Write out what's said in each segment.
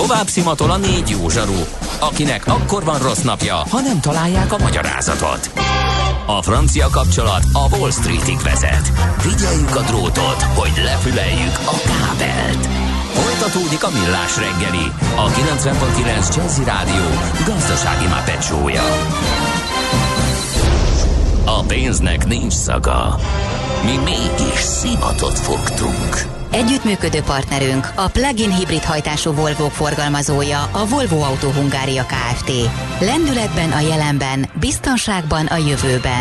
Tovább szimatol a 4 jó zsaru, akinek akkor van rossz napja, ha nem találják a magyarázatot. A francia kapcsolat a Wall Streetig vezet. Figyeljük a drótot, hogy lefüleljük a kábelt. Folytatódik a Millás reggeli, a 90.9 Jazzy Rádió gazdasági mápecsója. A pénznek nincs szaga. Mi mégis szimatot fogtunk. Együttműködő partnerünk a plug-in hibrid hajtású Volvo forgalmazója, a Volvo Autó Hungária Kft. Lendületben a jelenben, biztonságban a jövőben.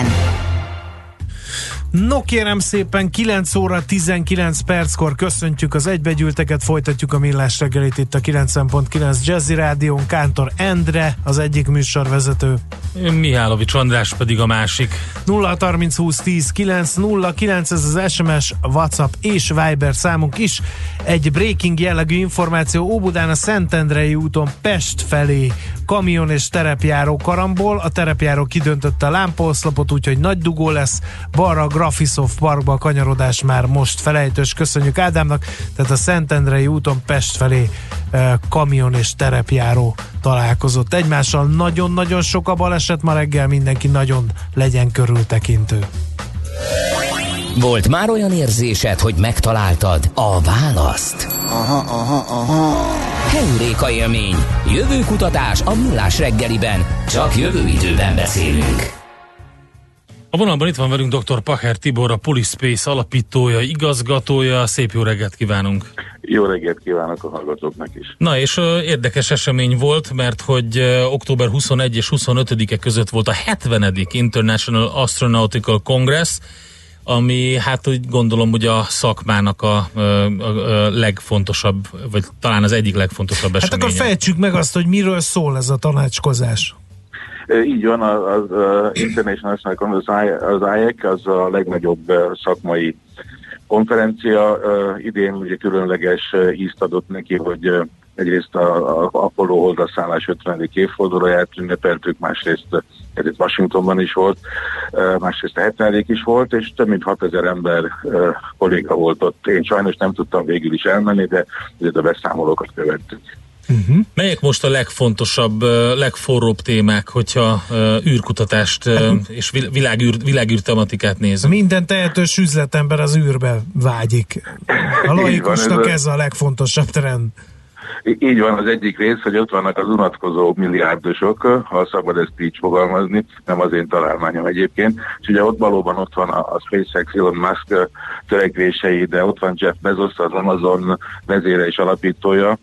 No kérem szépen, 9 óra 19 perckor köszöntjük az egybegyűlteket, folytatjuk a Millás reggelit itt a 90.9 Jazzy Rádión. Kántor Endre az egyik műsorvezető, Mihálovics András pedig a másik. 0630 20 10 909, ez az SMS, WhatsApp és Viber számunk is. Egy breaking jellegű információ: Óbudán a Szentendrei úton Pest felé kamion és terepjáró karambol, a terepjáró kidöntötte a lámpaoszlopot, úgyhogy nagy dugó lesz. Balra a Grafisov parkba a kanyarodás már most felejtős. Köszönjük Ádámnak. Tehát a Szentendrei úton Pest felé kamion és terepjáró találkozott egymással. Nagyon-nagyon sok a baleset ma reggel, mindenki nagyon legyen körültekintő. Volt már olyan érzésed, hogy megtaláltad a választ? Aha. Heuréka élmény. Jövőkutatás a Millás reggeliben. Csak jövő időben beszélünk. A vonalban itt van velünk dr. Pacher Tibor, a Polispace alapítója, igazgatója. Szép jó reggelt kívánunk! Jó reggelt kívánok a hallgatóknak is! Na és érdekes esemény volt, mert hogy október 21 és 25-e között volt a 70. International Astronautical Congress, ami hát úgy gondolom, hogy a szakmának a legfontosabb, vagy talán az egyik legfontosabb eseménye. Hát akkor fejtsük meg azt, hogy miről szól ez a tanácskozás. Így van, az International Congress, az IAC, az a legnagyobb szakmai konferencia. Idén ugye különleges ízt adott neki, hogy egyrészt a Apollo holdaszállás 50. évfordulóját ünnepeltük, másrészt Washingtonban is volt, másrészt a 70. is volt, és több mint 6000 ember kolléga volt ott. Én sajnos nem tudtam végül is elmenni, de a beszámolókat követtük. Uh-huh. Melyek most a legfontosabb, legforróbb témák, hogyha űrkutatást és világűr tematikát nézünk? Minden tehetős üzletember az űrbe vágyik. A laikusnak ez a legfontosabb trend. Így van, az egyik rész, hogy ott vannak az unatkozó milliárdosok, ha szabad ezt így fogalmazni, nem az én találmányom egyébként, és ugye valóban ott van a SpaceX, Elon Musk törekvései, de ott van Jeff Bezos, az Amazon vezére és alapítója,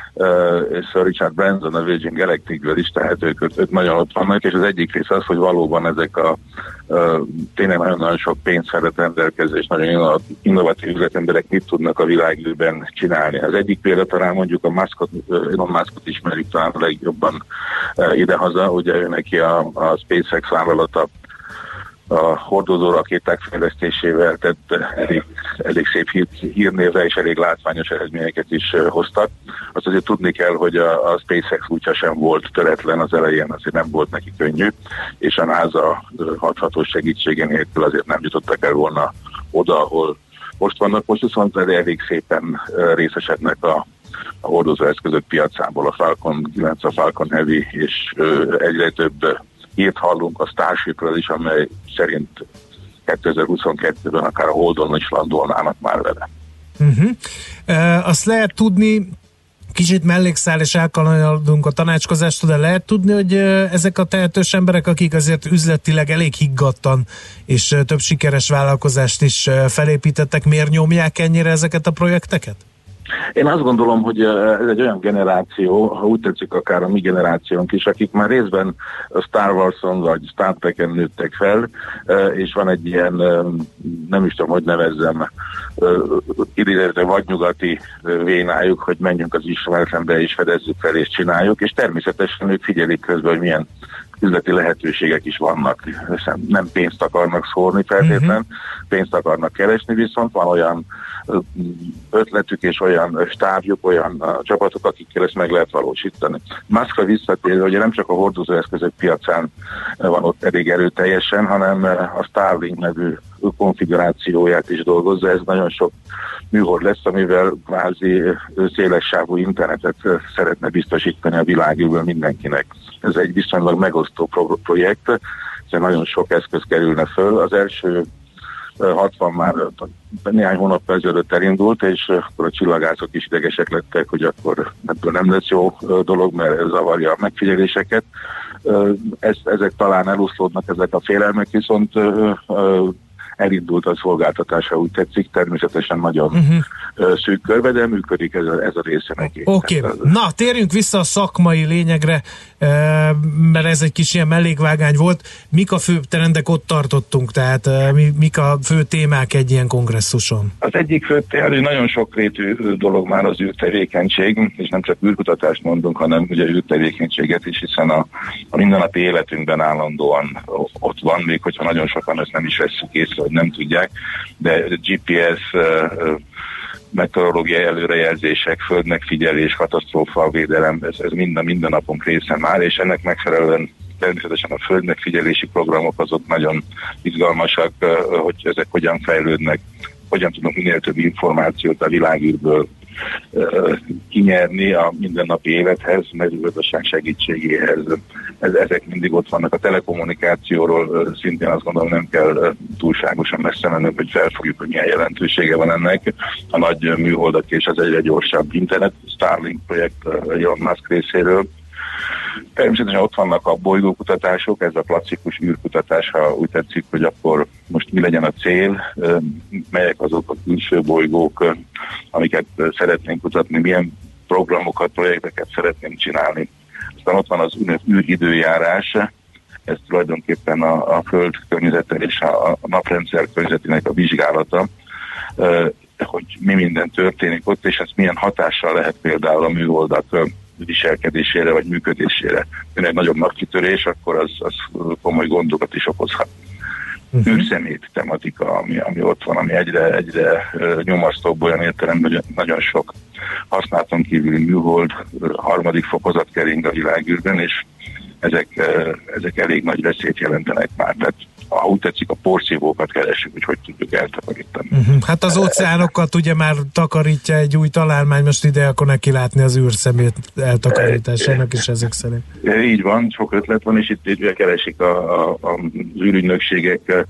és Sir Richard Branson a Virgin Galacticből is, tehát ők nagyon ott vannak, és az egyik rész az, hogy valóban ezek a tényleg nagyon-nagyon sok pénzferet rendelkező és nagyon innovatív üzletemberek mit tudnak a világűrben csinálni. Az egyik példa talán mondjuk Elon Muskot ismerik talán a legjobban idehaza, ugye ő neki a SpaceX vállalata a hordozó rakéták fejlesztésével tett elég szép hírnévre és elég látványos eredményeket is hoztak. Azt azért tudni kell, hogy a SpaceX útja sem volt töretlen az elején, azért nem volt neki könnyű, és a NASA hathatós segítsége nélkül azért nem jutottak el volna oda, ahol most vannak. Most viszont elég szépen részesednek a hordozóeszközök piacából, a Falcon 9, a Falcon Heavy, és egyre több hírt hallunk a Starshipről is, amely szerint 2022-ben akár a Holdon is landolnának már vele. Azt lehet tudni, kicsit mellékszál és elkanyarodunk a tanácskozástól, de lehet tudni, hogy ezek a tehetős emberek, akik azért üzletileg elég higgadtan és több sikeres vállalkozást is felépítettek, miért nyomják ennyire ezeket a projekteket? Én azt gondolom, hogy ez egy olyan generáció, ha úgy tetszik, akár a mi generációnk is, akik már részben Star Wars-on vagy Star Trek-en nőttek fel, és van egy ilyen, nem is tudom, hogy nevezzem, idézőre vadnyugati vénájuk, hogy menjünk az ismeretlenbe és fedezzük fel és csináljuk, és természetesen ők figyelik közben, hogy milyen üzleti lehetőségek is vannak. Nem pénzt akarnak szórni feltétlen, pénzt akarnak keresni, viszont van olyan ötletük és olyan stábjuk, olyan csapatok, akikkel ezt meg lehet valósítani. Muskra visszatérve, hogy nem csak a hordozóeszközök piacán van ott elég erőteljesen, hanem a Starlink nevű konfigurációját is dolgozza. Ez nagyon sok műhold lesz, amivel kvázi szélessávú internetet szeretne biztosítani a világűrből mindenkinek. Ez egy viszonylag megosztó projekt, hiszen nagyon sok eszköz kerülne föl. Az első 60 már néhány hónap ezelőtt elindult, és akkor a csillagászok is idegesek lettek, hogy akkor ebből nem lesz jó dolog, mert ez zavarja a megfigyeléseket. Ezek talán eloszlódnak, ezek a félelmek, viszont elindult a szolgáltatása, úgy tetszik, természetesen nagyon szűk körbe, de működik ez a része neki. Oké. Na, térjünk vissza a szakmai lényegre, mert ez egy kis ilyen mellékvágány volt. Mik a fő trendek, ott tartottunk, tehát mik a fő témák egy ilyen kongresszuson? Az egyik fő téma, hogy nagyon sokrétű dolog már az űrtevékenység, és nem csak űrkutatást mondunk, hanem ugye űrtevékenységet is, hiszen a mindennapi életünkben állandóan ott van, még hogyha nagyon sokan ezt nem is vesszük észre, hogy nem tudják, de GPS, meteorológiai előrejelzések, földmegfigyelés, katasztrófavédelem, ez minden napunk része már, és ennek megfelelően természetesen a földmegfigyelési programok azok nagyon izgalmasak, hogy ezek hogyan fejlődnek, hogyan tudunk minél több információt a világűrből kinyerni a mindennapi élethez, mezőgazdaság segítségéhez. Ezek mindig ott vannak. A telekommunikációról szintén azt gondolom nem kell túlságosan messze mennünk, hogy felfogjuk, hogy milyen jelentősége van ennek. A nagy műholdak és az egyre gyorsabb internet, Starlink projekt Elon Musk részéről. Természetesen ott vannak a bolygókutatások, ez a klasszikus űrkutatás, ha úgy tetszik, hogy akkor most mi legyen a cél, melyek azok a külső bolygók, amiket szeretnénk kutatni, milyen programokat, projekteket szeretnénk csinálni. Aztán ott van az űridőjárás, ez tulajdonképpen a Föld környezete és a naprendszer környezetének a vizsgálata, hogy mi minden történik ott, és ez milyen hatással lehet például a műholdak viselkedésére vagy működésére. Jön egy nagyobb napkitörés, akkor az komoly gondokat is okozhat. Űrszemét tematika, ami ott van, ami egyre nyomasztóbb olyan értelemben, hogy nagyon sok használaton kívüli műhold, harmadik fokozat kering a világűrben, és ezek elég nagy veszélyt jelentenek már. Tehát ha úgy tetszik, a porszívókat keresünk, hogy tudjuk eltakarítani. Hát az óceánokat ugye már takarítja egy új találmány, most ide akkor neki látni az űrszemét eltakarításának is ezek szerint. Így van, sok ötlet van, és itt keresik az űrügynökségek,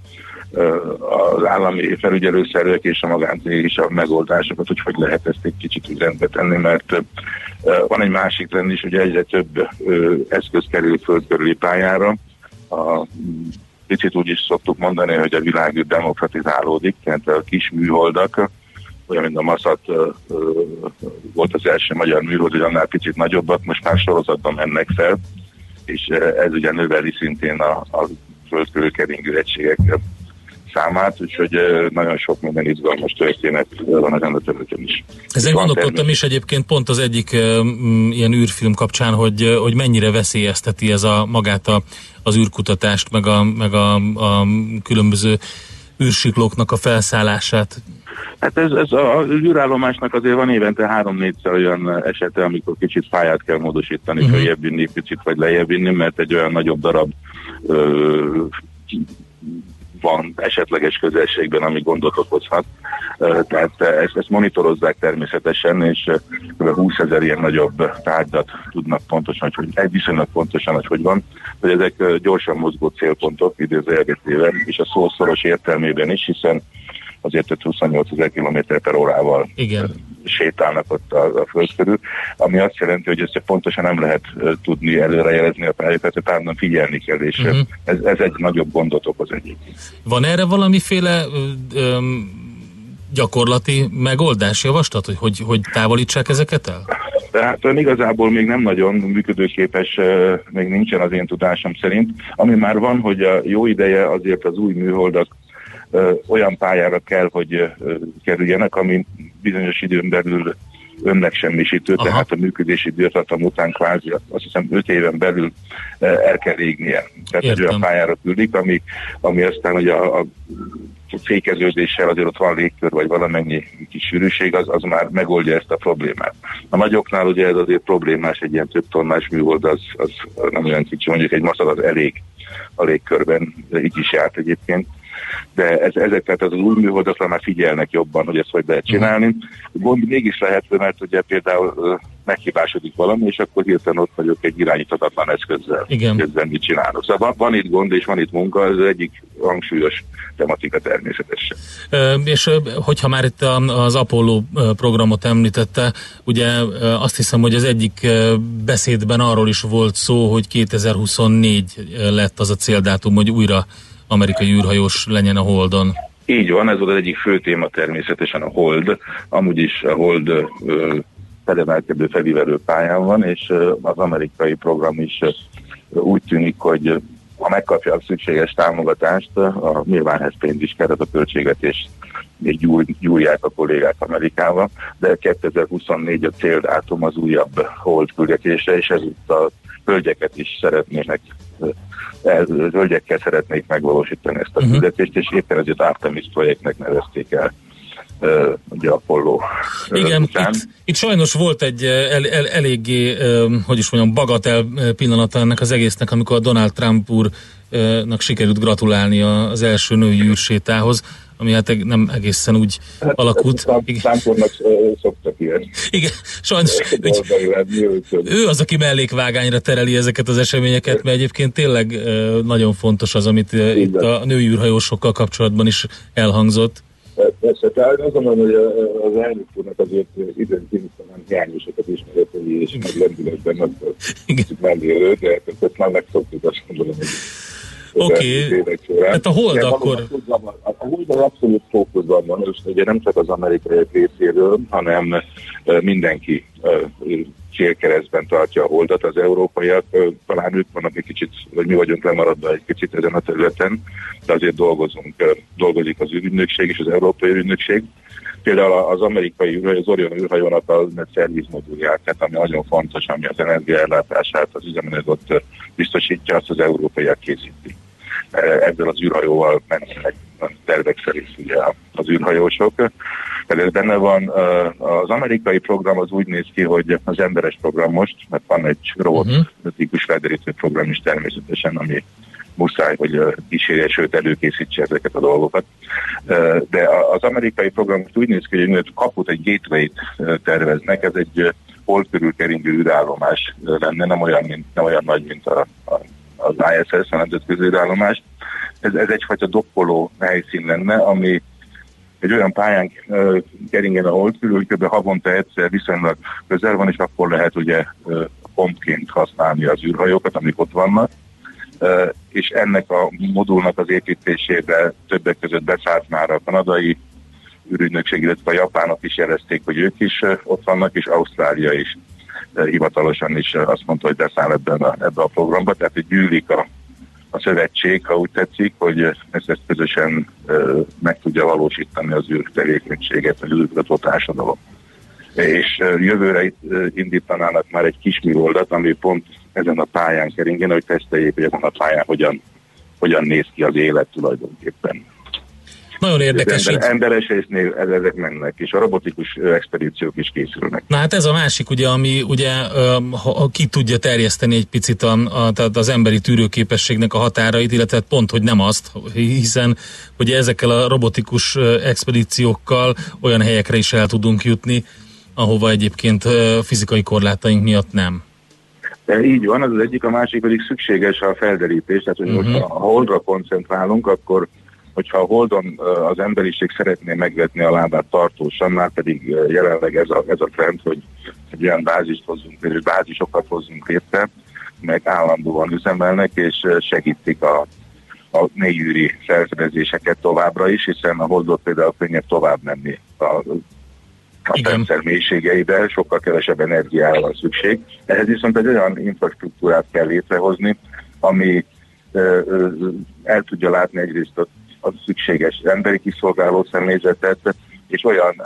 az állami felügyelőszervek és a magáncégek is a megoldásokat, hogy lehet ezt egy kicsit úgy rendbe tenni, mert van egy másik trend is, hogy egyre több eszköz kerül föld körüli pályára. Picit úgy is szoktuk mondani, hogy a világűr demokratizálódik, tehát a kis műholdak, olyan, mint a Maszat volt az első magyar műhold, hogy annál picit nagyobbat, most már sorozatban mennek fel, és ez ugye növeli szintén a föld körül keringő egységek számát, úgyhogy nagyon sok minden izgalmas történet van a rendeterületen is. Ezen gondolkodtam is egyébként pont az egyik ilyen űrfilm kapcsán, hogy mennyire veszélyezteti ez magát az űrkutatást, meg a különböző űrsiklóknak a felszállását. Hát ez az űrállomásnak azért van évente 3-4-szer olyan esete, amikor kicsit pályát kell módosítani, följebb vinni, picit vagy lejjebb vinni, mert egy olyan nagyobb darab van esetleges közelségben, ami gondot okozhat. Tehát ezt monitorozzák természetesen, és kb. 20 000 ilyen nagyobb tárgyat tudnak pontosan, hogy viszonylag pontosan, hogy van, hogy ezek gyorsan mozgó célpontok, idézőjelgetével, és a szó szoros értelmében is, hiszen azért 28 000 km/h sétálnak ott a föld körül, ami azt jelenti, hogy ezt pontosan nem lehet tudni előrejelezni a pályákat, tehát figyelni kell, és ez egy nagyobb gondot okoz egyébként. Van erre valamiféle gyakorlati megoldás, javaslat, hogy távolítsák ezeket el? Tehát igazából még nem nagyon működőképes, még nincsen az én tudásom szerint. Ami már van, hogy a jó ideje azért az új műholdak olyan pályára kell, hogy kerüljenek, ami bizonyos időn belül önmegsemmisítő, tehát a működési időtartam után kvázi azt hiszem 5 éven belül el kell égnie. Tehát egy olyan pályára küldik, ami aztán ugye a fékeződéssel azért ott van légkör, vagy valamennyi kis sűrűség, az már megoldja ezt a problémát. A nagyoknál ugye ez azért problémás, egy ilyen több tonnás műhold, az nem olyan kicsi, mondjuk egy Maszat az elég a légkörben, így is járt egyébként. de ezeket az új műholdakra már figyelnek jobban, hogy ezt hogy lehet csinálni. Gond mégis lehet, mert ugye például meghibásodik valami, és akkor hirtelen ott vagyok egy irányíthatatlan eszközzel. Közben mit csinálok. Szóval van itt gond, és van itt munka, ez egyik hangsúlyos tematika természetesen. És hogyha már itt az Apollo programot említette, ugye azt hiszem, hogy az egyik beszédben arról is volt szó, hogy 2024 lett az a céldátum, hogy újra amerikai űrhajós legyen a Holdon. Így van, ez volt az egyik fő téma természetesen a Hold. Amúgy is a Hold felemelkedő felívelő pályán van, és az amerikai program is úgy tűnik, hogy ha megkapja a szükséges támogatást, a nyilván ez pénz is kellett, a költségvetés még gyúrják a kollégák Amerikával, de 2024 a céldátum az újabb Hold küldetésre, és ezért a hölgyeket is hölgyekkel szeretnék megvalósítani ezt a küldetést, és éppen ezért Artemis projektnek nevezték el ugye Apollo. Igen, itt sajnos volt egy eléggé, hogy is mondjam, bagatel pillanata ennek az egésznek, amikor Donald Trump úrnak sikerült gratulálni az első női űrsétához, ami hát nem egészen úgy alakult. Trumpnak szoktak ilyen. Igen, sajnos ő az, aki mellékvágányra tereli ezeket az eseményeket, mert egyébként tényleg nagyon fontos az, amit itt a női űrhajósokkal kapcsolatban is elhangzott. Persze, tehát azt mondom, hogy az elnök úrnak azért időnként nem hiányosokat ismeretei és meg lendületben akkor kicsit mellélő, de ezt már megszoktuk, azt gondolom, hogy Oké, hát a Hold akkor... A Hold abszolút fókuszban van, és ugye nem csak az amerikai részéről, hanem mindenki célkeresztben tartja a Holdat, az európaiak, talán ők vannak egy kicsit, vagy mi vagyunk lemaradva egy kicsit ezen a területen, de azért dolgozik az űrügynökség és az európai űrügynökség. Például az amerikai űrhajó, az Orion űrhajónak a szervizmodulját, ami nagyon fontos, ami az energiaellátását, az üzemanyagot biztosítja, azt az európaiak készítik. Ebből az űrhajóval mennek a tervek szerint ugye az űrhajósok. Tehát ez benne van. Az amerikai program az úgy néz ki, hogy az emberes program most, mert van egy robotikus felderítő program is természetesen, ami muszáj, hogy kísérje, sőt előkészítse ezeket a dolgokat. De az amerikai program úgy néz ki, hogy kaput, egy gateway-t terveznek, ez egy Hold körül keringő űrállomás lenne, nem olyan nagy, mint az ISS, a nemzetközi űrállomás. Ez egyfajta dokkoló helyszín lenne, ami egy olyan pályán keringen a Hold körül, hogy kb. Havonta egyszer viszonylag közel van, és akkor lehet ugye pontként használni az űrhajókat, amik ott vannak. És ennek a modulnak az építésébe többek között beszállt már a kanadai űrügynökség, illetve a japánok is jelezték, hogy ők is ott vannak, és Ausztrália is hivatalosan is azt mondta, hogy beszáll ebbe a programba, tehát hogy gyűlik a szövetség, ha úgy tetszik, hogy ezt közösen meg tudja valósítani az űrtevékenységet, az űrkutató társadalom. És jövőre indítanának már egy kis műholdat, ami pont ezen a pályán keringen, hogy teszteljék, hogy ezen a pályán hogyan néz ki az élet tulajdonképpen. Nagyon érdekes. Emberes résznél ezek mennek, és a robotikus expedíciók is készülnek. Na hát ez a másik, ugye, ami ugye ki tudja terjeszteni egy picit tehát az emberi tűrőképességnek a határait, illetve pont, hogy nem azt, hiszen ugye ezekkel a robotikus expedíciókkal olyan helyekre is el tudunk jutni, ahova egyébként fizikai korlátaink miatt nem. De így van, az egyik, a másik pedig szükséges a felderítés, tehát hogy ha a Holdra koncentrálunk, akkor hogyha a Holdon az emberiség szeretné megvetni a lábát tartósan, már pedig jelenleg ez a trend, hogy egy olyan bázisokat hozzunk létre, meg állandóan üzemelnek, és segítik a mélyűri felfedezéseket továbbra is, hiszen a Holdot például könnyebb tovább menni a rendszer mélységeibe, sokkal kevesebb energiára van szükség. Ehhez viszont egy olyan infrastruktúrát kell létrehozni, ami el tudja látni egyrészt a szükséges emberi kiszolgáló személyzetet, és olyan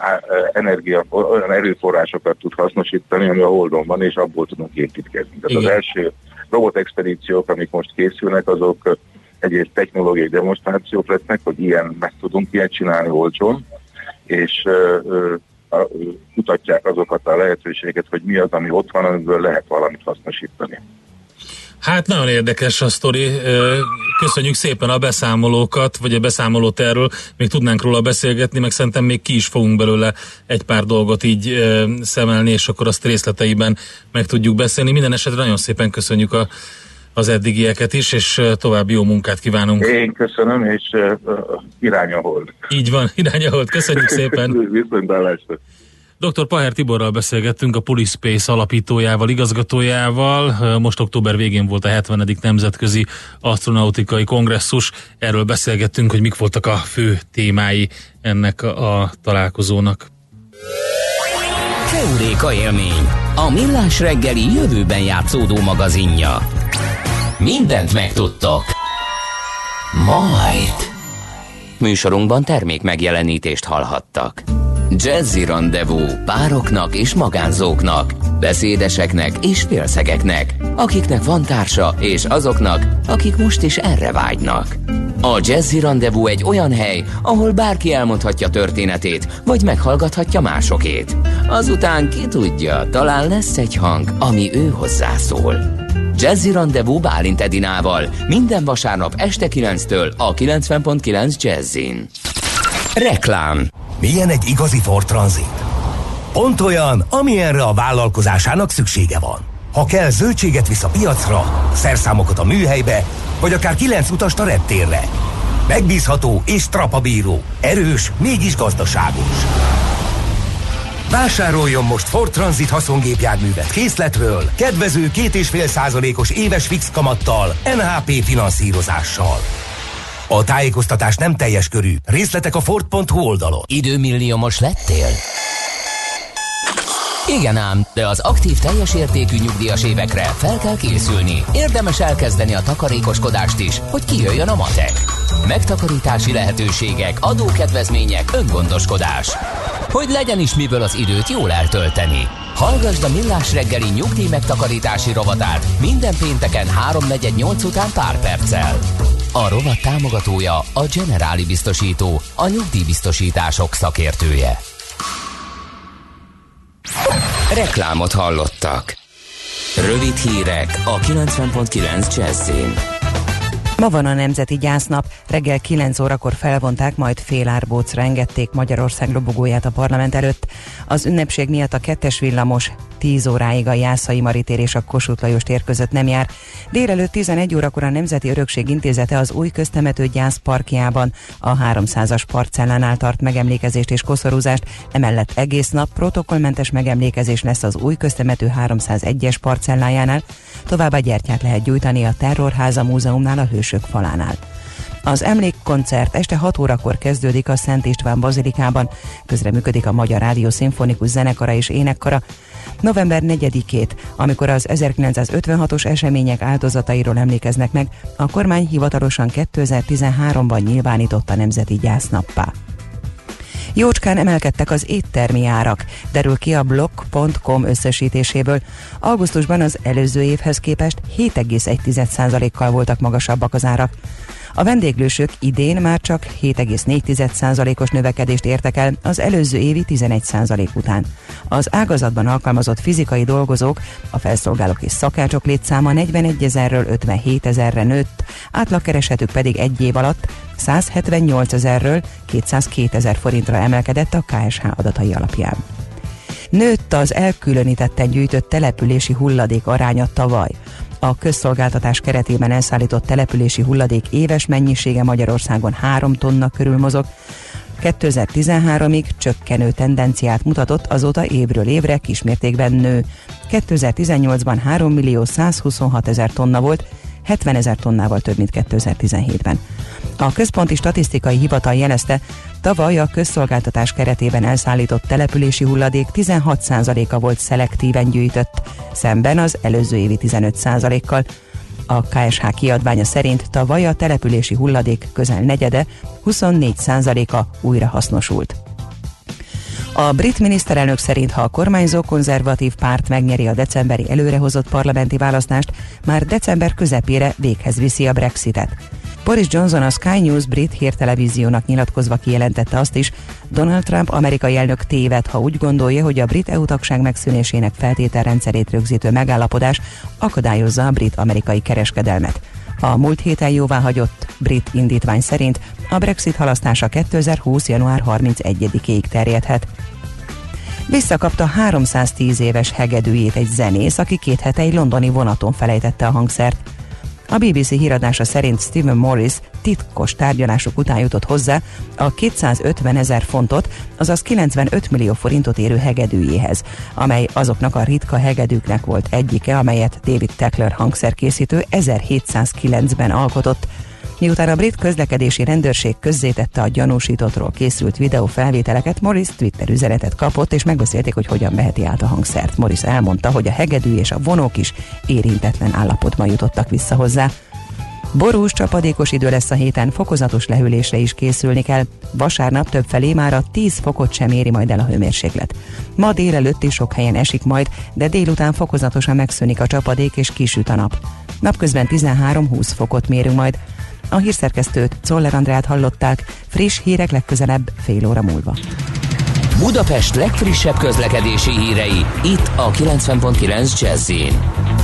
erőforrásokat tud hasznosítani, ami a Holdon van, és abból tudunk építkezni. Tehát az első robotexpedíciók, amik most készülnek, azok egyrészt technológiai demonstrációk lesznek, hogy meg tudunk ilyet csinálni olcsón, és mutatják azokat a lehetőséget, hogy mi az, ami ott van, amiből lehet valamit hasznosítani. Hát nagyon érdekes a sztori. Köszönjük szépen a beszámolókat, vagy a beszámolót erről. Még tudnánk róla beszélgetni, meg szerintem még ki is fogunk belőle egy pár dolgot így szemelni, és akkor azt részleteiben meg tudjuk beszélni. Minden esetre nagyon szépen köszönjük az eddigieket is, és további jó munkát kívánunk. Én köszönöm, és irány a hold. Így van, irány a hold. Köszönjük szépen. Viszontlátásra. Dr. Paher Tiborral beszélgettünk, a Polispace alapítójával, igazgatójával. Most október végén volt a 70. Nemzetközi Asztronautikai Kongresszus. Erről beszélgettünk, hogy mik voltak a fő témái ennek a találkozónak. Heuréka élmény, a Millás reggeli jövőben játszódó magazinja. Mindent megtudtok. Majd. Műsorunkban termék megjelenítést hallhattak. Jazzy Rendezvú pároknak és magánzóknak, beszédeseknek és félszegeknek, akiknek van társa, és azoknak, akik most is erre vágynak. A Jazzy Rendezvú egy olyan hely, ahol bárki elmondhatja történetét, vagy meghallgathatja másokét. Azután ki tudja, talán lesz egy hang, ami ő hozzászól. Jazzy Rendezvú Bálint Edinával minden vasárnap este 9-től a 90.9 Jazzin. Reklám. Milyen egy igazi Ford Transit? Pont olyan, amilyenre a vállalkozásának szüksége van. Ha kell, zöldséget visz a piacra, szerszámokat a műhelybe, vagy akár 9 utast a reptérre. Megbízható és trapabíró, erős, mégis gazdaságos. Vásároljon most Ford Transit haszongépjárművet készletről, kedvező 2,5%-os éves fix kamattal, NHP finanszírozással. A tájékoztatás nem teljes körű. Részletek a Ford.hu oldalon. Időmilliómos lettél? Igen ám, de az aktív teljes értékű nyugdíjas évekre fel kell készülni. Érdemes elkezdeni a takarékoskodást is, hogy kijöjjön a matek. Megtakarítási lehetőségek, adókedvezmények, öngondoskodás. Hogy legyen is miből az időt jól eltölteni. Hallgasd a Millás reggeli nyugdíj megtakarítási rovatát minden pénteken 3-4-8 után pár perccel. A rovat támogatója a Generáli biztosító, a nyugdíjbiztosítások szakértője. Reklámot hallottak. Rövid hírek a 90.9 Jazzin. Ma van a Nemzeti Gyásznap, reggel 9 órakor felvonták, majd félárbócra engedték Magyarország lobogóját a parlament előtt. Az ünnepség miatt a 2-es villamos 10 óráig a Jászai Mari tér és a Kossuth Lajos tér között nem jár. Délelőtt 11 órakor a Nemzeti Örökség Intézete az új köztemető gyászparkjában a 300-as parcellánál tart megemlékezést és koszorúzást, emellett egész nap protokollmentes megemlékezés lesz az új köztemető 301-es parcellájánál, továbbá gyertyát lehet gyújtani a Terrorháza Múzeumnál a Hősök falánál. Az emlékkoncert este 6 órakor kezdődik a Szent István bazilikában, közreműködik a Magyar Rádió Szimfonikus Zenekara és Énekkara. November 4-ét, amikor az 1956-os események áldozatairól emlékeznek meg, a kormány hivatalosan 2013-ban nyilvánította nemzeti gyásznappá. Jócskán emelkedtek az éttermi árak, derül ki a blog.com összesítéséből. Augusztusban az előző évhez képest 7,1%-kal voltak magasabbak az árak. A vendéglősök idén már csak 7,4%-os növekedést értek el az előző évi 11% után. Az ágazatban alkalmazott fizikai dolgozók, a felszolgálók és szakácsok létszáma 41 000-ről 57 000-re nőtt, átlagkeresetük pedig egy év alatt 178 000-ről 202 000 forintra emelkedett a KSH adatai alapján. Nőtt az elkülönítetten gyűjtött települési hulladék aránya tavaly. A közszolgáltatás keretében elszállított települési hulladék éves mennyisége Magyarországon 3 tonna körül mozog. 2013-ig csökkenő tendenciát mutatott, azóta évről évre kismértékben nő. 2018-ban 3 126 000 tonna volt, 70 000 tonnával több, mint 2017-ben. A Központi Statisztikai Hivatal jelezte, tavaly a közszolgáltatás keretében elszállított települési hulladék 16%-a volt szelektíven gyűjtött, szemben az előző évi 15%-kal. A KSH kiadványa szerint tavaly a települési hulladék közel negyede, 24%-a újra hasznosult. A brit miniszterelnök szerint, ha a kormányzó konzervatív párt megnyeri a decemberi előrehozott parlamenti választást, már december közepére véghez viszi a Brexitet. Boris Johnson a Sky News brit hírtelevíziónak nyilatkozva kijelentette azt is, Donald Trump amerikai elnök téved, ha úgy gondolja, hogy a brit EU-tagság megszűnésének feltételrendszerét rögzítő megállapodás akadályozza a brit-amerikai kereskedelmet. A múlt héten jóváhagyott brit indítvány szerint a Brexit halasztása 2020. január 31-ig terjedhet. Visszakapta 310 éves hegedűjét egy zenész, aki 2 hete egy londoni vonaton felejtette a hangszert. A BBC híradása szerint Stephen Morris titkos tárgyalások után jutott hozzá a 250 000 fontot, azaz 95 millió forintot érő hegedűjéhez, amely azoknak a ritka hegedűknek volt egyike, amelyet David Tackler hangszerkészítő 1709-ben alkotott. Miután a brit közlekedési rendőrség közzétette a gyanúsítottról készült videófelvételeket, Morris Twitter üzenetet kapott, és megbeszélték, hogy hogyan veheti át a hangszert. Morris elmondta, hogy a hegedű és a vonók is érintetlen állapotban jutottak vissza hozzá. Borús, csapadékos idő lesz a héten, fokozatos lehűlésre is készülni kell. Vasárnap többfelé már a 10 fokot sem éri majd el a hőmérséklet. Ma délelőtt is sok helyen esik majd, de délután fokozatosan megszűnik a csapadék és kisüt a nap. Napközben 13-20 fokot mérünk majd. A hírszerkesztőt, Czoller Andrát hallották, friss hírek legközelebb fél óra múlva. Budapest legfrissebb közlekedési hírei, itt a 90.9 Jazz-in.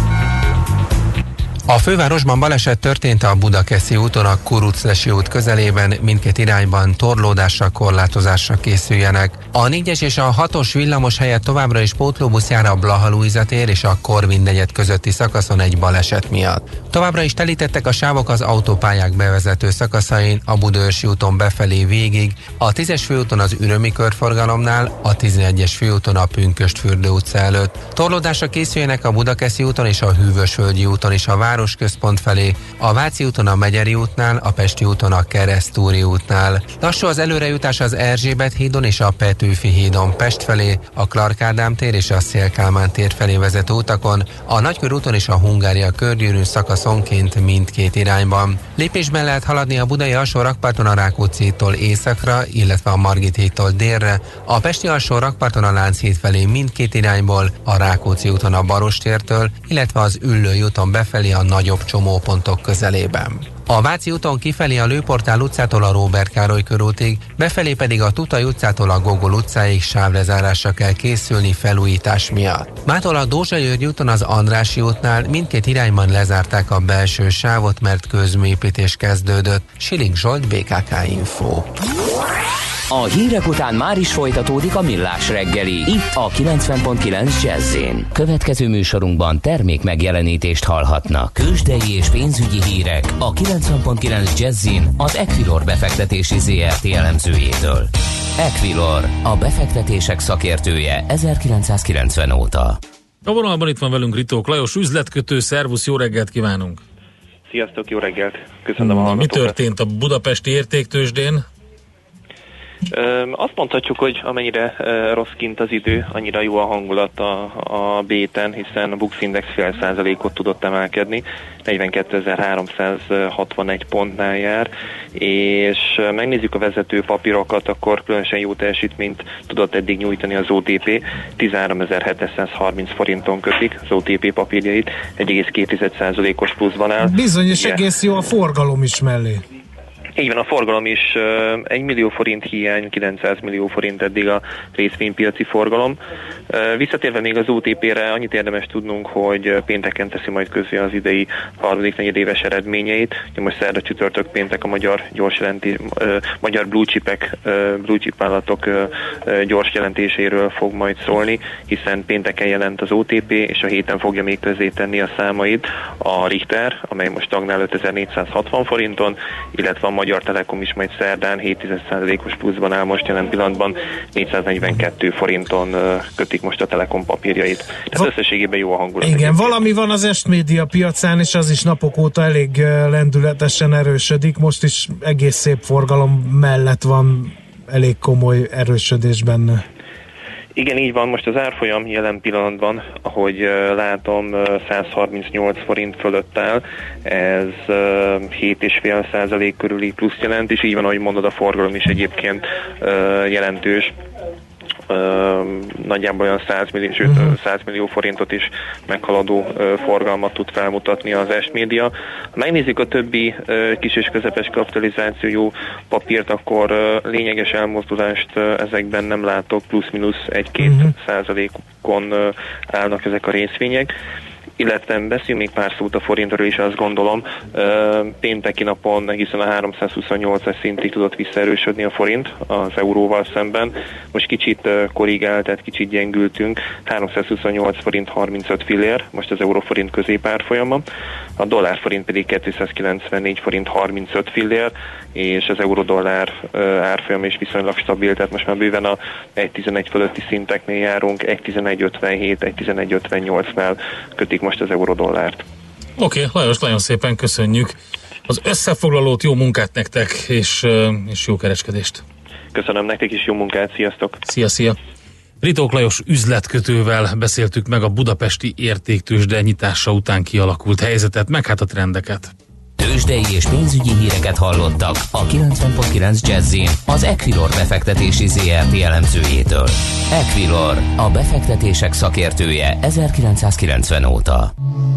A fővárosban baleset történt a Budakeszi úton, a Kuruclesi út közelében, mindkét irányban torlódásra, korlátozásra készüljenek. A 4-es és a 6-os villamos helyett továbbra is pótlóbusz jár a Blaha Lujza tér és a Korvin negyed közötti szakaszon egy baleset miatt. Továbbra is telítettek a sávok az autópályák bevezető szakaszain, a Budaörsi úton befelé végig, a 10-es főúton az Ürömi körforgalomnál, a 11-es főúton a Pünkösdfürdő utca előtt. Torlódásra készüljenek a Budakeszi úton és a Hűvösvölgyi úton is a városközpont felé, a Váci úton a Megyeri útnál, a Pesti úton a Keresztúri útnál. Lassú az előrejutás az Erzsébet hídon és a Petőfi hídon Pest felé, a Clark Ádám tér és a Széll Kálmán tér felé vezető utakon, a Nagykörúton és a Hungária körgyűrűn szakaszonként mindkét irányban. Lépésben lehet haladni a Budai alsó rakparton a Rákóczi-tól északra, illetve a Margit hídtól délre, a Pesti alsó rakparton a Lánchíd felé mindkét irányból, a Rákóczi úton a Barostértől, illetve az Üllői úton befelé a nagyobb csomópontok közelében. A Váci úton kifelé a Lőportál utcától a Róbert Károly körútig, befelé pedig a Tutai utcától a Gogol utcáig sávlezárásra kell készülni felújítás miatt. Mától a Dózsa György úton az Andrássy útnál mindkét irányban lezárták a belső sávot, mert közműépítés kezdődött. Siling Zsolt, BKK Info. A hírek után már is folytatódik a Millás reggeli, itt a 90.9 Jazz-in. Következő műsorunkban termék megjelenítést hallhatnak. Tőzsdei és pénzügyi hírek a 90.9 Jazz-in az Equilor befektetési ZRT elemzőjétől. Equilor, a befektetések szakértője 1990 óta. A vonalban itt van velünk Ritók Lajos, üzletkötő, szervusz, jó reggelt kívánunk! Sziasztok, jó reggelt! Köszönöm a hallgatókat! Mi történt a budapesti értéktőzsdén? Azt mondhatjuk, hogy amennyire rossz kint az idő, annyira jó a hangulat a B-ten, hiszen a Bux Index fél százalékot tudott emelkedni, 42.361 pontnál jár, és megnézzük a vezető papírokat, akkor különösen jó teljesítményt tudott eddig nyújtani az OTP, 13.730 forinton kötik az OTP papírjait, 1,2%-os pluszban áll. Bizony, és egész jó a forgalom is mellé. Így van, a forgalom is 1 millió forint hiány, 900 millió forint eddig a részvénypiaci forgalom. Visszatérve még az OTP-re, annyit érdemes tudnunk, hogy pénteken teszi majd közé az idei harmadik negyedéves eredményeit. Most szerda, csütörtök, péntek a magyar blue chip vállalatok gyors jelentéséről fog majd szólni, hiszen pénteken jelent az OTP, és a héten fogja még közé tenni a számait a Richter, amely most stagnál 5460 forinton, illetve a Magyar Telekom is majd szerdán 0,7%-os pluszban áll most jelen pillanatban, 442 forinton kötik most a Telekom papírjait. Tehát összességében jó a hangulat. Igen, valami van az Est Média piacán, és az is napok óta elég lendületesen erősödik. Most is egész szép forgalom mellett van elég komoly erősödés benne. Igen, így van, most az árfolyam jelen pillanatban, ahogy látom, 138 forint fölött áll, ez 7,5% körüli plusz jelent, és így van, ahogy mondod, a forgalom is egyébként jelentős. nagyjából olyan 100 millió, sőt 100 millió forintot is meghaladó forgalmat tud felmutatni az S-média. Ha megnézzük a többi kis és közepes kapitalizációjú papírt, akkor lényeges elmozdulást ezekben nem látok, plusz-minusz 1-2% állnak ezek a részvények. Illetve beszéljünk még pár szót a forintról is, azt gondolom. Pénteki napon egészen a 328-as szintig tudott visszaerősödni a forint az euróval szemben. Most kicsit korrigált, tehát kicsit gyengültünk. 328 forint 35 fillér, most az euróforint középárfolyama. A dollárforint pedig 294 forint 35 fillér, és az euró-dollár árfolyam is viszonylag stabil, tehát most már bőven a 1.11 fölötti szinteknél járunk, 1.11.57, 1.11.58-nál kötik most az euró-dollárt. Oké, Lajos, nagyon szépen köszönjük az összefoglalót, jó munkát nektek, és jó kereskedést. Köszönöm nektek is, jó munkát, sziasztok! Szia! Ritók Lajos üzletkötővel beszéltük meg a budapesti értéktőzsde nyitása után kialakult helyzetet, meg hát a trendeket. Tőzsdei és pénzügyi híreket hallottak a 90.9 Jazzin az Equilor befektetési ZRT elemzőjétől. Equilor, a befektetések szakértője 1990 óta.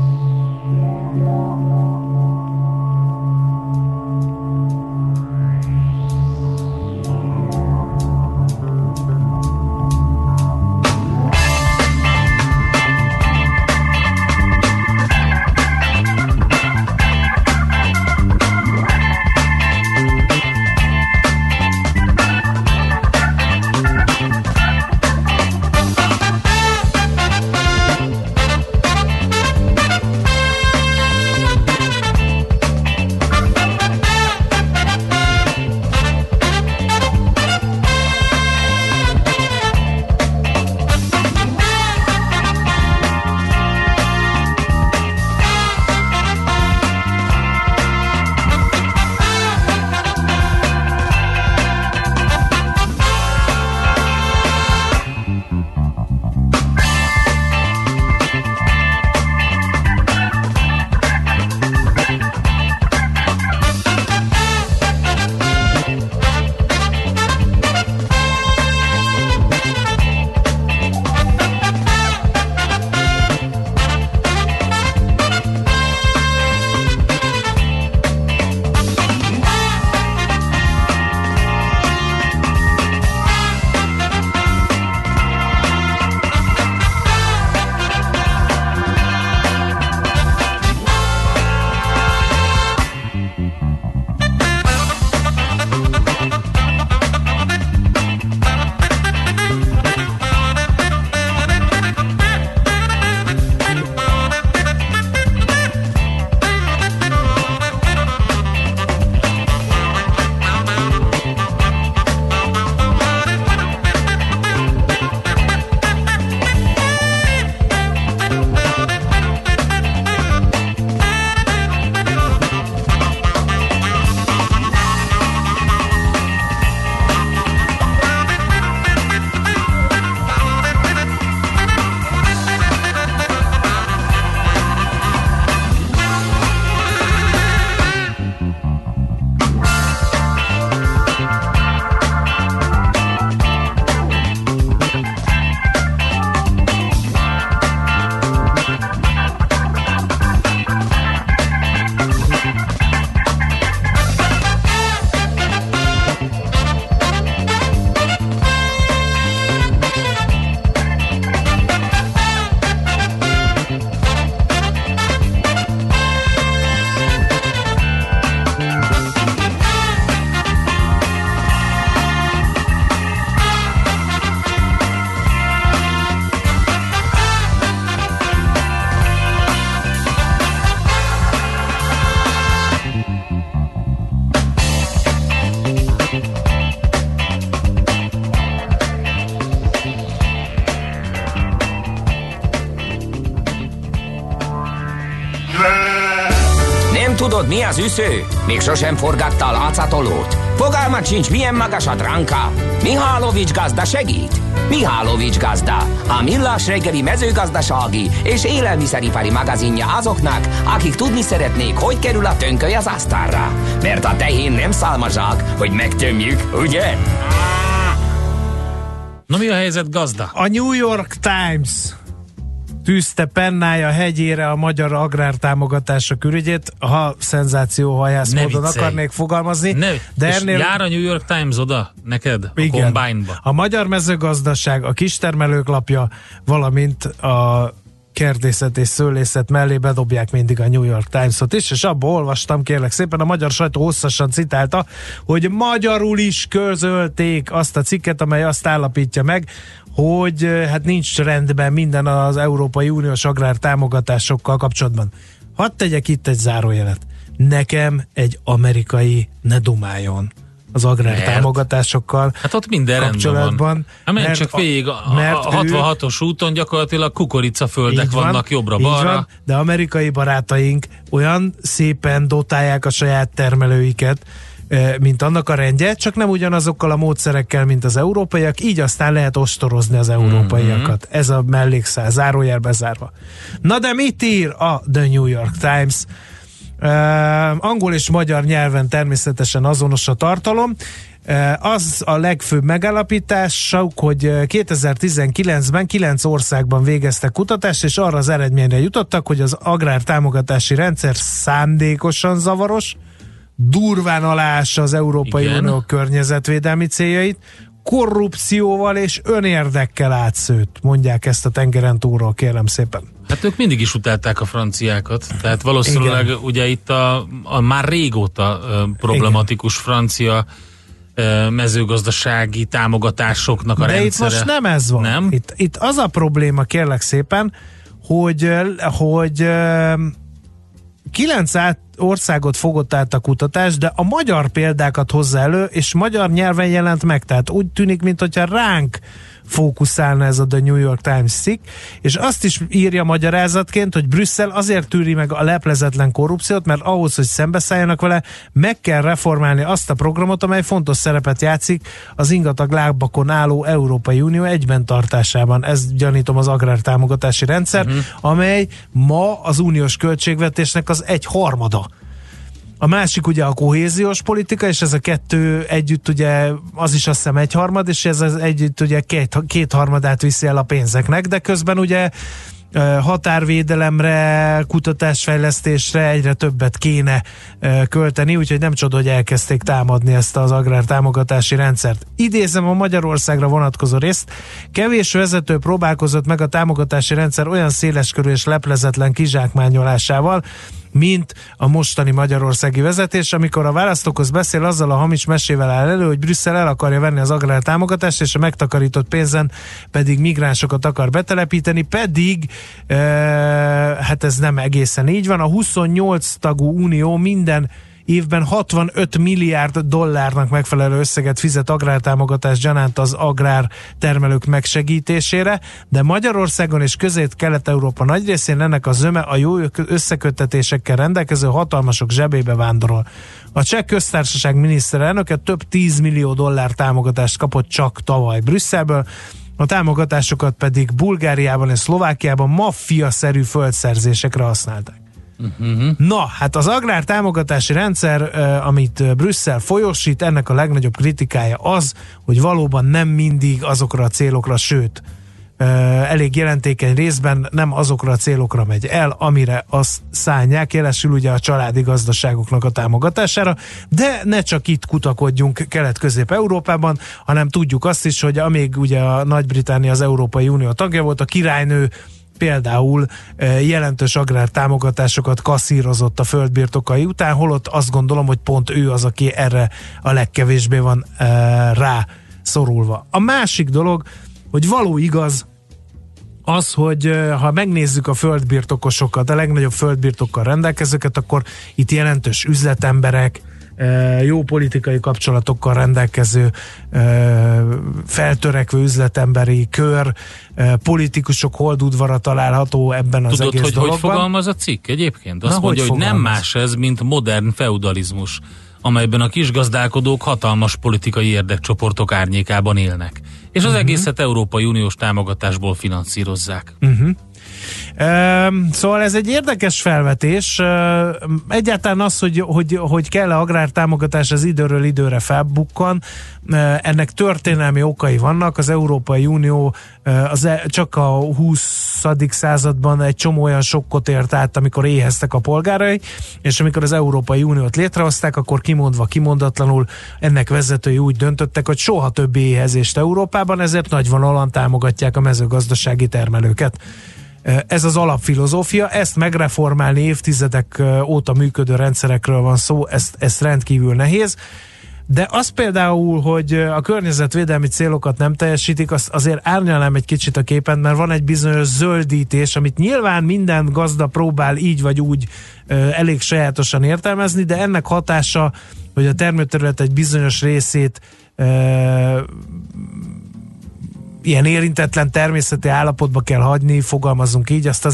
Tudod, mi az üsző? Még sosem forgatta a látszatolót? Fogalmat sincs, milyen magas a dránka? Mihálovics gazda segít? Mihálovics gazda, a millás reggeli mezőgazdasági és élelmiszeripari magazinja azoknak, akik tudni szeretnék, hogy kerül a tönköly az asztalra. Mert a tehén nem szálmazsák, hogy megtömjük, ugye? Na mi a helyzet, gazda? A New York Times tűzte pennája hegyére a magyar agrártámogatások ürügyét, ha szenzációhajász módon akarnék fogalmazni. De ennél... Jár a New York Times oda neked? Igen. A Combine-ba? A magyar mezőgazdaság, a kistermelők lapja, valamint a kertészet és szőlészet mellé bedobják mindig a New York Times-ot is, és abból olvastam, kérlek szépen, a magyar sajtó hosszasan citálta, hogy magyarul is közölték azt a cikket, amely azt állapítja meg, hogy hát nincs rendben minden az Európai Uniós agrártámogatásokkal kapcsolatban. Hadd tegyek itt egy zárójelet. Nekem egy amerikai ne dumáljon az agrártámogatásokkal. Hát ott minden rendben van. Hát csak végig a 66-os úton gyakorlatilag kukoricaföldek vannak jobbra-balra. Van, de amerikai barátaink olyan szépen dotálják a saját termelőiket, mint annak a rendje, csak nem ugyanazokkal a módszerekkel, mint az európaiak, így aztán lehet ostorozni az európaiakat. Ez a mellékszál, zárójel bezárva. Na de mit ír a The New York Times? Angol és magyar nyelven természetesen azonos a tartalom. Az a legfőbb megállapításuk, hogy 2019-ben 9 országban végeztek kutatást, és arra az eredményre jutottak, hogy az agrártámogatási rendszer szándékosan zavaros, durván aláássa az Európai Unió környezetvédelmi céljait, korrupcióval és önérdekkel átszőtt, mondják ezt a tengeren túlról, kérem szépen. Hát ők mindig is utálták a franciákat, tehát valószínűleg ugye itt a már régóta problematikus francia mezőgazdasági támogatásoknak a de rendszere. De itt most nem ez van. Nem? Itt az a probléma, kérlek szépen, hogy 9 országot fogott át a kutatás, de a magyar példákat hozza elő, és magyar nyelven jelent meg, tehát úgy tűnik, mintha ránk fókuszálna ez a The New York Times cikk, és azt is írja magyarázatként, hogy Brüsszel azért tűri meg a leplezetlen korrupciót, mert ahhoz, hogy szembeszálljanak vele, meg kell reformálni azt a programot, amely fontos szerepet játszik az ingatag lábakon álló Európai Unió egyben tartásában. Ez gyanítom az agrártámogatási rendszer, amely ma az uniós költségvetésnek az 1/3. A másik ugye a kohéziós politika, és ez a kettő együtt ugye, az is azt hiszem 1/3, és ez az együtt ugye 2/3 viszi el a pénzeknek, de közben ugye határvédelemre, kutatásfejlesztésre egyre többet kéne költeni, úgyhogy nem csoda, hogy elkezdték támadni ezt az agrártámogatási rendszert. Idézem a Magyarországra vonatkozó részt. Kevés vezető próbálkozott meg a támogatási rendszer olyan széleskörű és leplezetlen kizsákmányolásával, mint a mostani magyarországi vezetés, amikor a választókhoz beszél, azzal a hamis mesével áll elő, hogy Brüsszel el akarja venni az agrártámogatást, és a megtakarított pénzen pedig migránsokat akar betelepíteni, pedig hát ez nem egészen így van. A 28 tagú unió minden évben 65 milliárd dollárnak megfelelő összeget fizet agrártámogatás gyanánt az agrártermelők megsegítésére, de Magyarországon és Közép-Kelet-Európa nagy részén ennek a zöme a jó összeköttetésekkel rendelkező hatalmasok zsebébe vándorol. A Cseh Köztársaság miniszterelnöke több 10 millió dollár támogatást kapott csak tavaly Brüsszelből, a támogatásokat pedig Bulgáriában és Szlovákiában maffia-szerű földszerzésekre használták. Na, hát az agrártámogatási rendszer, amit Brüsszel folyósít, ennek a legnagyobb kritikája az, hogy valóban nem mindig azokra a célokra, sőt, elég jelentékeny részben nem azokra a célokra megy el, amire azt szánják, jelesül ugye a családi gazdaságoknak a támogatására, de ne csak itt kutakodjunk Kelet-Közép-Európában, hanem tudjuk azt is, hogy amíg ugye a Nagy-Britannia az Európai Unió tagja volt, a királynő például jelentős agrártámogatásokat kasszírozott a földbirtokai után, holott azt gondolom, hogy pont ő az, aki erre a legkevésbé van rá szorulva. A másik dolog, hogy való igaz az, hogy ha megnézzük a földbirtokosokat, a legnagyobb földbirtokkal rendelkezőket, akkor itt jelentős üzletemberek, jó politikai kapcsolatokkal rendelkező, feltörekvő üzletemberi kör, politikusok holdudvara található ebben az egész dologban. Tudod, hogy fogalmaz a cikk egyébként? Azt mondja, hogy nem más ez, mint modern feudalizmus, amelyben a kisgazdálkodók hatalmas politikai érdekcsoportok árnyékában élnek. És az egészet Európai Uniós támogatásból finanszírozzák. Szóval ez egy érdekes felvetés. Egyáltalán az, hogy kell-e agrártámogatás, az időről időre felbukkan. Ennek történelmi okai vannak. Az Európai Unió csak a 20. században egy csomó olyan sokkot ért át, amikor éheztek a polgárai, és amikor az Európai Uniót létrehozták, akkor kimondva, kimondatlanul ennek vezetői úgy döntöttek, hogy soha többé éhezést Európában, ezért nagyvonalúan támogatják a mezőgazdasági termelőket. Ez az alapfilozófia, ezt megreformálni évtizedek óta működő rendszerekről van szó, ez rendkívül nehéz. De az például, hogy a környezetvédelmi célokat nem teljesítik, azért árnyalnám egy kicsit a képen, mert van egy bizonyos zöldítés, amit nyilván minden gazda próbál így vagy úgy elég sajátosan értelmezni, de ennek hatása, hogy a termőterület egy bizonyos részét ilyen érintetlen természeti állapotba kell hagyni, fogalmazunk így, azt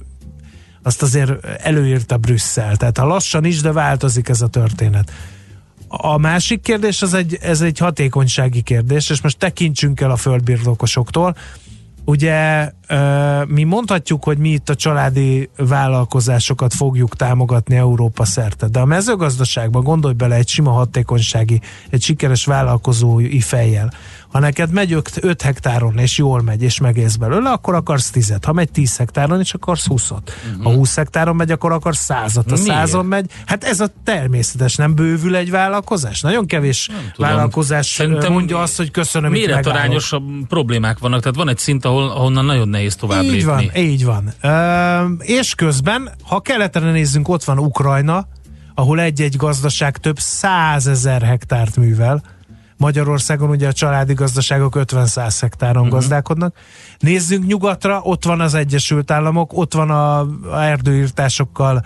azért előírta Brüsszel. Tehát ha lassan is, de változik ez a történet. A másik kérdés, ez egy hatékonysági kérdés, és most tekintsünk el a földbirtokosoktól. Ugye mi mondhatjuk, hogy mi itt a családi vállalkozásokat fogjuk támogatni Európa szerte, de a mezőgazdaságban gondolj bele egy sima hatékonysági, egy sikeres vállalkozói fejjel. Ha neked megy 5 hektáron, és jól megy, és megész belőle, akkor akarsz 10-et. Ha megy 10 hektáron, és akarsz 20-ot. Ha 20 hektáron megy, akkor akarsz 100-at. Ha 100-on megy, hát ez a természetes, nem bővül egy vállalkozás? Nagyon kevés vállalkozás szerintem mondja azt, hogy köszönöm, itt megállok. Méretarányos problémák vannak, tehát van egy szint, ahonnan nagyon nehéz tovább lépni. Így van. És közben, ha keletre nézzünk, ott van Ukrajna, ahol egy-egy gazdaság több 100 000 hektárt művel. Magyarországon ugye a családi gazdaságok 50-100 hektáron gazdálkodnak. Nézzünk nyugatra, ott van az Egyesült Államok, ott van a erdőírtásokkal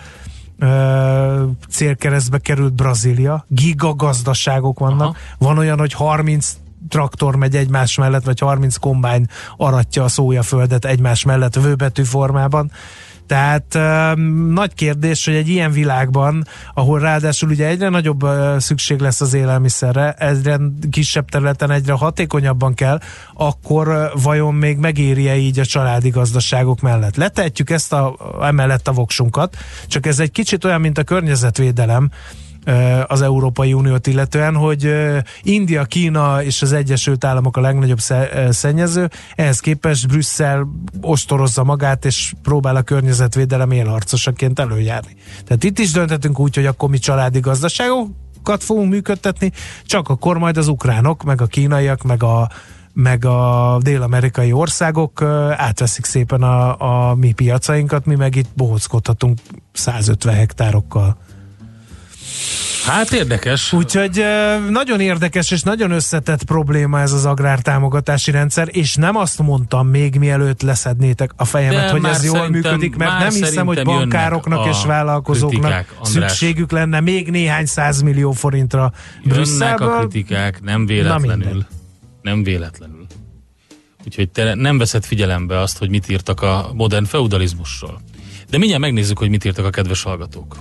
célkeresztbe került Brazília, gigagazdaságok vannak. Van olyan, hogy 30 traktor megy egymás mellett, vagy 30 kombány aratja a szójaföldet egymás mellett vőbetű formában. Tehát nagy kérdés, hogy egy ilyen világban, ahol ráadásul ugye egyre nagyobb szükség lesz az élelmiszerre, egyre kisebb területen egyre hatékonyabban kell, akkor vajon még megéri-e így a családi gazdaságok mellett? Letehetjük ezt emellett a voksunkat, csak ez egy kicsit olyan, mint a környezetvédelem, az Európai Uniót illetően, hogy India, Kína és az Egyesült Államok a legnagyobb szennyező, ehhez képest Brüsszel ostorozza magát, és próbál a környezetvédelem élharcosaként előjárni. Tehát itt is dönthetünk úgy, hogy akkor mi családi gazdaságokat fogunk működtetni, csak akkor majd az ukránok, meg a kínaiak, meg a dél-amerikai országok átveszik szépen a mi piacainkat, mi meg itt bohockodhatunk 150 hektárokkal. Hát érdekes. Úgyhogy nagyon érdekes és nagyon összetett probléma ez az agrártámogatási rendszer, és nem azt mondtam még mielőtt leszednétek a fejemet, hogy ez jól működik, mert nem hiszem, hogy bankároknak és vállalkozóknak szükségük lenne még néhány 100 millió forintra Brüsszelből. Jönnek a kritikák, nem véletlenül. Nem véletlenül. Úgyhogy te nem veszed figyelembe azt, hogy mit írtak a modern feudalizmusról. De mindjárt megnézzük, hogy mit írtak a kedves hallgatók.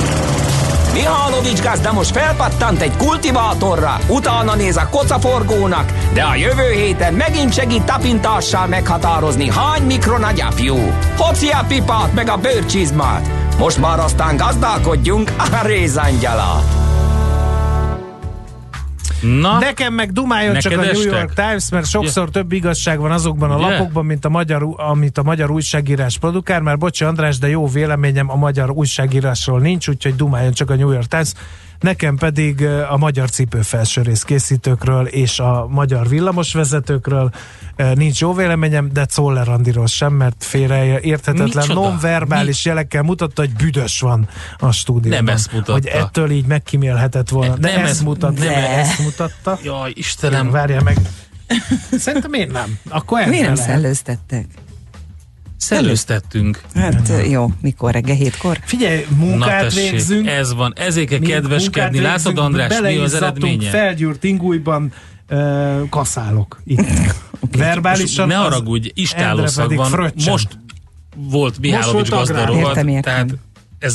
Mihálovics gazda most felpattant egy kultivátorra, utána néz a kocaforgónak, de a jövő héten megint segít tapintással meghatározni, hány mikron a gyapjú. Hoci a pipát meg a bőrcsizmát. Most már aztán gazdálkodjunk a rézangyala. Na, nekem meg dumáljon csak a New York Times, mert sokszor több igazság van azokban a lapokban, amit a magyar újságírás produkál, mert bocsi András, de jó véleményem a magyar újságírásról nincs, úgyhogy dumáljon csak a New York Times. Nekem pedig a magyar cipőfelsőrész készítőkről és a magyar villamosvezetőkről nincs jó véleményem, de Czoller Andiról sem, mert félreérthetetlen nonverbális jelekkel mutatta, hogy büdös van a stúdióban. Nem ezt mutatta. Hogy ettől így megkímélhetett volna. Nem ezt mutatta. Jaj, Istenem. Várjál meg. Szerintem én nem. Akkor miért nem szellőztettek? Szellőztettünk. Hát jó, mikor reggel 7-kor? Figyelj, munkát végzünk. Ez van, ezért kell kedveskedni. Látod, András, mi az eredménye? Felgyűrt ingújban kaszálok itt. Verbálisan. Ne haragudj, istállószak van. Most volt Mihálovics gazdarovat, tehát ez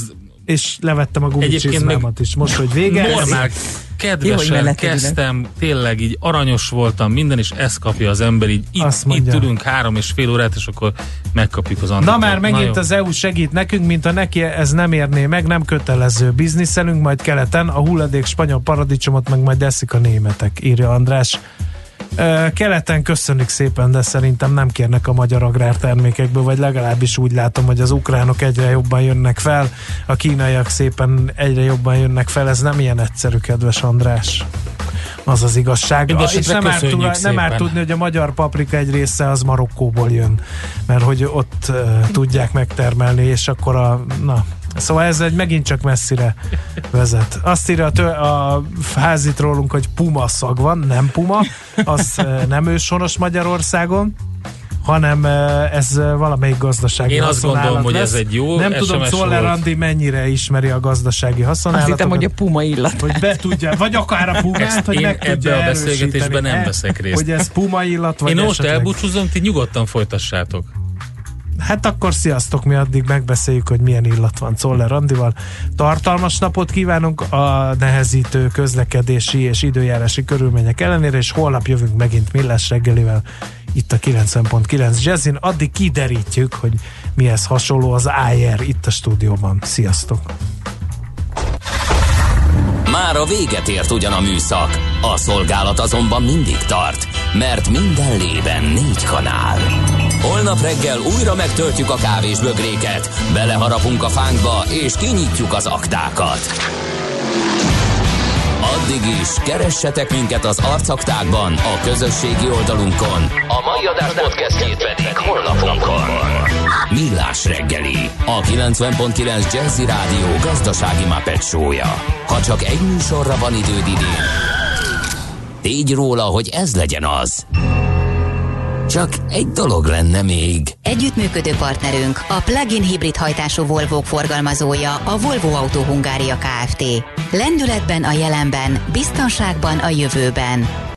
és levettem a gumicsizmámat is. Most, hogy vége. Normál, kedvesen kezdtem, tényleg így aranyos voltam, minden, és ezt kapja az ember, így itt ülünk 3,5 órát, és akkor megkapjuk az Andit. Na már megint az EU segít nekünk, mint a neki ez nem érné meg, nem kötelező bizniszelünk, majd keleten a hulladék spanyol paradicsomot meg majd eszik a németek, írja András. Keleten köszönjük szépen, de szerintem nem kérnek a magyar agrártermékekből, vagy legalábbis úgy látom, hogy az ukránok egyre jobban jönnek fel, a kínaiak szépen egyre jobban jönnek fel, ez nem ilyen egyszerű, kedves András. Az az igazság. És nem árt tudni, hogy a magyar paprika egy része az Marokkóból jön, mert hogy ott tudják megtermelni, és akkor szóval ez megint csak messzire vezet. Azt írja a házit rólunk, hogy puma szag van, nem puma, az nem őshonos Magyarországon, hanem ez valamelyik gazdasági haszonálat. Én azt gondolom, hogy ez egy jó nem tudom, Czoller Andi mennyire ismeri a gazdasági haszonálatot. Azt hittem, hogy a puma illat. Hogy be tudja, vagy akár a pumát, hogy meg tudja ebbe a beszélgetésben nem veszek részt. Hogy ez puma illat, vagy én most elbúcsúzom, ti nyugodtan folytassátok. Hát akkor sziasztok, mi addig megbeszéljük, hogy milyen illat van Czoller Andival. Tartalmas napot kívánunk a nehezítő közlekedési és időjárási körülmények ellenére, és holnap jövünk megint Millás reggelivel itt a 90.9 Jazzin. Addig kiderítjük, hogy mihez hasonló az AR itt a stúdióban. Sziasztok! Már a véget ért ugyan a műszak, a szolgálat azonban mindig tart, mert minden lében 4 kanál. Holnap reggel újra megtöltjük a kávésbögréket, beleharapunk a fánkba és kinyitjuk az aktákat. Addig is keressetek minket az arcaktákban, a közösségi oldalunkon, a mai adás podcastjét pedig honlapunkon. Millás reggeli, a 90.9 Jazzy Rádió gazdasági Muppet show-ja. Ha csak egy műsorra van időd idén, tégy róla, hogy ez legyen az. Csak egy dolog lenne még. Együttműködő partnerünk, a plug-in hibrid hajtású Volvók forgalmazója, a Volvo Autó Hungária Kft. Lendületben a jelenben, biztonságban a jövőben.